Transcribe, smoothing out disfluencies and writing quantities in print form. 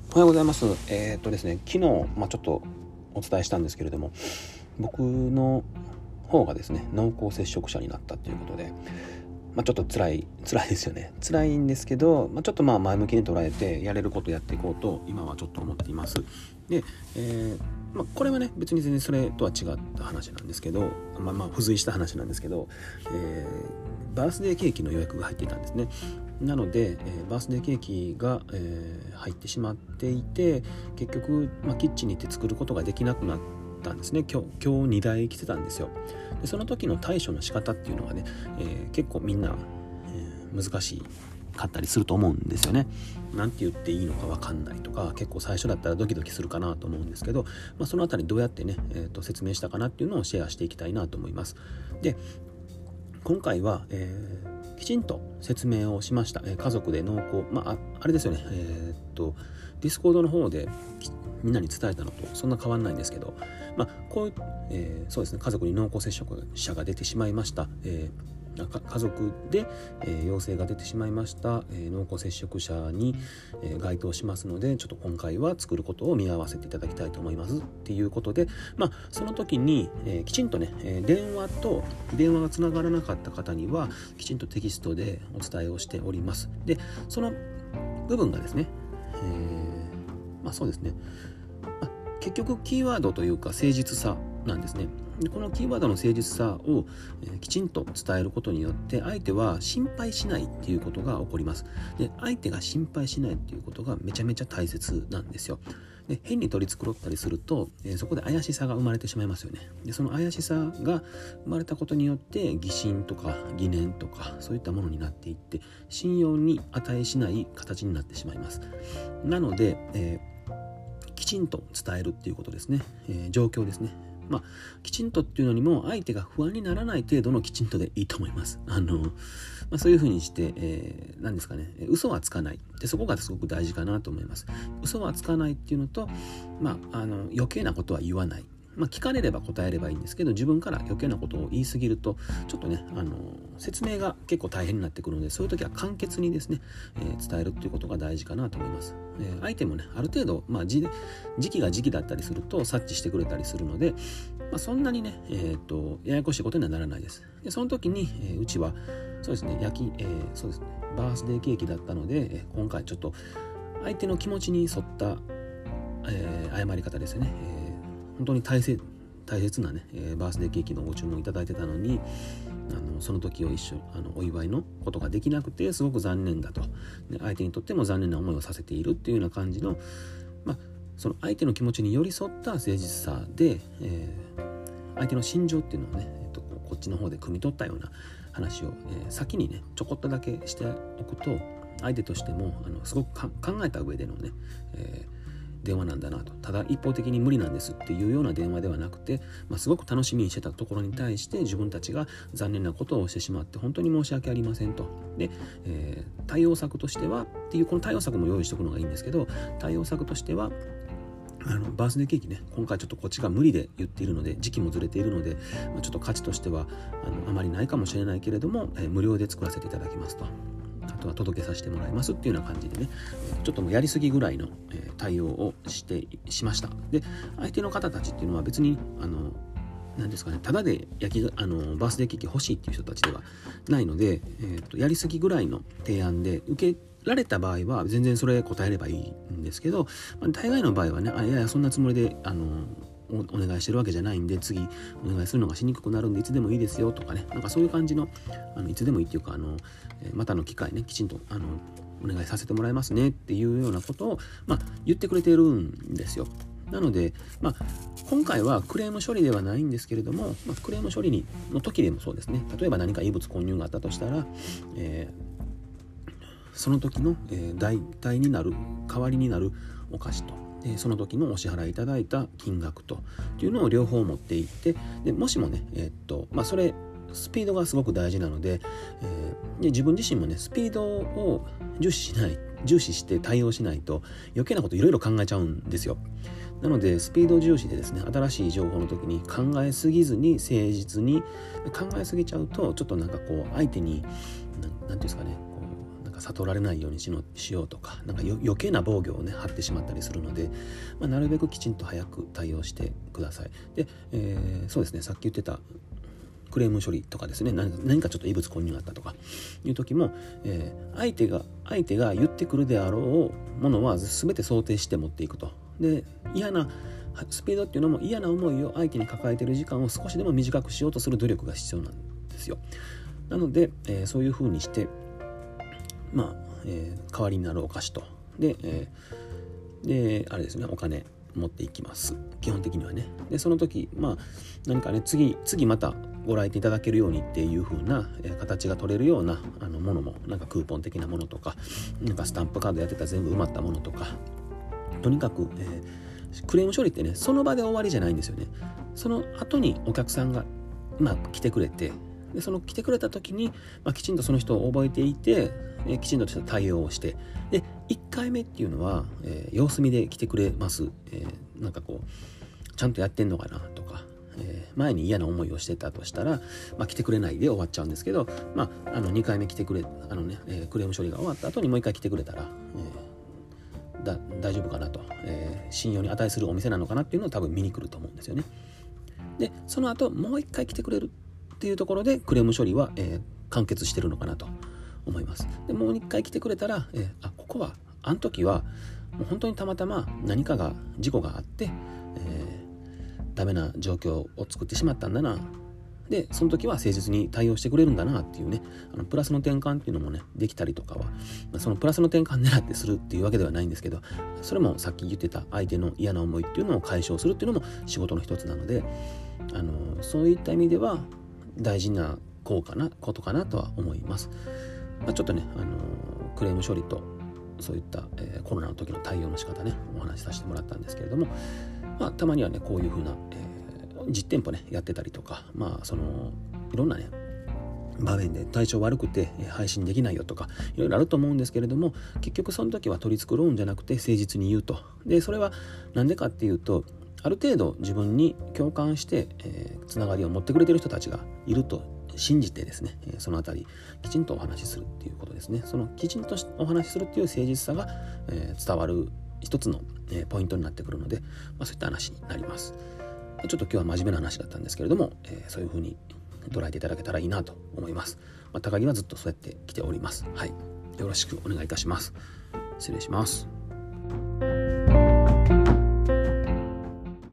おはようございます。ですね、昨日、ちょっとお伝えしたんですけれども、僕の方がですね、濃厚接触者になったということで、ちょっと辛いですよね。辛いんですけど、ちょっと前向きに捉えてやれることやっていこうと今はちょっと思っています。で、これはね別に全然それとは違った話なんですけど、付随した話なんですけど、バースデーケーキの予約が入っていたんですね。なので、バースデーケーキが、入ってしまっていて、結局、キッチンに行って作ることができなくなったんですね。今日2台来てたんですよ。でその時の対処の仕方っていうのがね、結構みんな、難しかったりすると思うんですよね。なんて言っていいのか分かんないとか、結構最初だったらドキドキするかなと思うんですけど、そのあたりどうやってね、説明したかなっていうのをシェアしていきたいなと思います。で今回は、きちんと説明をしました。家族で濃厚、あれですよね、ディスコードの方でみんなに伝えたのとそんな変わんないんですけど、こういう、そうですね、家族に濃厚接触者が出てしまいました。家族で、陽性が出てしまいました、濃厚接触者に、該当しますので、ちょっと今回は作ることを見合わせていただきたいと思いますっていうことで、その時に、きちんとね、電話がつながらなかった方にはきちんとテキストでお伝えをしております。でその部分がですね、そうですね、結局キーワードというか誠実さなんですね。でこのキーワードの誠実さを、きちんと伝えることによって相手は心配しないっていうことが起こります。で相手が心配しないっていうことがめちゃめちゃ大切なんですよ。で変に取り繕ったりすると、そこで怪しさが生まれてしまいますよね。でその怪しさが生まれたことによって疑心とか疑念とかそういったものになっていって、信用に値しない形になってしまいます。なので、きちんと伝えるっていうことですね。状況ですね。きちんとっていうのにも相手が不安にならない程度のきちんとでいいと思います。そういうふうにして、何ですかね、嘘はつかないで、そこがすごく大事かなと思います。嘘はつかないっていうのと、余計なことは言わない。聞かれれば答えればいいんですけど、自分から余計なことを言い過ぎるとちょっとね、説明が結構大変になってくるので、そういう時は簡潔にですね、伝えるっていうことが大事かなと思います。相手もね、ある程度、時期が時期だったりすると察知してくれたりするので、そんなにね、ややこしいことにはならないです。でその時に、うちはそうですね、そうですね、バースデーケーキだったので、今回ちょっと相手の気持ちに沿った、謝り方ですよね。本当に大切なね、バースデーケーキのご注文いただいてたのに、その時をお祝いのことができなくてすごく残念だと。で相手にとっても残念な思いをさせているっていうような感じの、その相手の気持ちに寄り添った誠実さで、相手の心情っていうのをね、こっちの方で汲み取ったような話を、先にねちょこっとだけしておくと、相手としてもすごく考えた上でのね、電話なんだなと。ただ一方的に無理なんですっていうような電話ではなくて、すごく楽しみにしてたところに対して自分たちが残念なことをしてしまって本当に申し訳ありませんと。で、対応策としてはっていう、この対応策も用意しておくのがいいんですけど、対応策としてはバースデーケーキね、今回ちょっとこっちが無理で言っているので、時期もずれているので、ちょっと価値としてはあまりないかもしれないけれども、無料で作らせていただきますと。あとは届けさせてもらいますっていうような感じでね、ちょっともうやりすぎぐらいの対応をしました。で相手の方たちっていうのは別に何ですかね、ただでバースデーケーキ欲しいっていう人たちではないので、やりすぎぐらいの提案で受けられた場合は全然それ答えればいいんですけど、大概の場合はね、いやそんなつもりでお願いしてるわけじゃないんで、次お願いするのがしにくくなるんでいつでもいいですよとかね、そういう感じのいつでもいいっていうかまたの機会ね、きちんとお願いさせてもらいますねっていうようなことを、言ってくれてるんですよ。なので、今回はクレーム処理ではないんですけれども、クレーム処理の時でもそうですね、例えば何か異物混入があったとしたら、その時の、代替になる代わりになるお菓子と、その時のお支払いいただいた金額とっていうのを両方持っていって、でもしもね、それスピードがすごく大事なので、で自分自身もねスピードを重視して対応しないと余計なこといろいろ考えちゃうんですよ。なのでスピード重視でですね、新しい情報の時に考えすぎずに誠実に考えすぎちゃうと、ちょっと相手に何ていうんですかね、 か悟られないようにしようとか、なんか余計な防御をね張ってしまったりするので、なるべくきちんと早く対応してください。で、そうですね、さっき言ってたクレーム処理とかですね、何かちょっと異物混入があったとかいう時も、相手が言ってくるであろうものは全て想定して持っていくと。で、嫌なスピードっていうのも、嫌な思いを相手に抱えている時間を少しでも短くしようとする努力が必要なんですよ。なので、そういう風にして代わりになるお菓子とであれですね、お金持っていきます、基本的にはね。でその時何かね、次またご来店いただけるようにっていう風な形が取れるようなものも、なんかクーポン的なものとか、なんかスタンプカードやってたら全部埋まったものとか、とにかく、クレーム処理ってね、その場で終わりじゃないんですよね。その後にお客さんが来てくれて、でその来てくれた時に、きちんとその人を覚えていて、きちんとした対応をして、で1回目っていうのは、様子見で来てくれます、なんかこうちゃんとやってんのかなとか、前に嫌な思いをしてたとしたら、来てくれないで終わっちゃうんですけど、2回目来てくれクレーム処理が終わった後にもう1回来てくれたら、大丈夫かなと、信用に値するお店なのかなっていうのを多分見に来ると思うんですよね。でその後もう1回来てくれるっていうところでクレーム処理は、完結してるのかなと思います。でもう1回来てくれたら、ここはあの時はもう本当にたまたま何かが事故があって、ダメな状況を作ってしまったんだな、でその時は誠実に対応してくれるんだなっていうね、プラスの転換っていうのもねできたりとかは、そのプラスの転換狙ってするっていうわけではないんですけど、それもさっき言ってた相手の嫌な思いっていうのを解消するっていうのも仕事の一つなので、そういった意味では大事なことかなとは思います。ちょっとね、クレーム処理とそういった、コロナの時の対応の仕方ねお話しさせてもらったんですけれども、たまにはねこういう風な、実店舗ねやってたりとか、いろんなね場面で体調悪くて配信できないよとかいろいろあると思うんですけれども、結局その時は取り繕うんじゃなくて誠実に言うと。でそれはなんでかっていうと、ある程度自分に共感して、つながりを持ってくれてる人たちがいると信じてですね、そのあたりきちんとお話しするっていうことですね。そのきちんとお話しするっていう誠実さが、伝わる一つの、ポイントになってくるので、そういった話になります。ちょっと今日は真面目な話だったんですけれども、そういう風に捉えていただけたらいいなと思います。高木はずっとそうやって来ております。はい、よろしくお願いいたします。失礼します。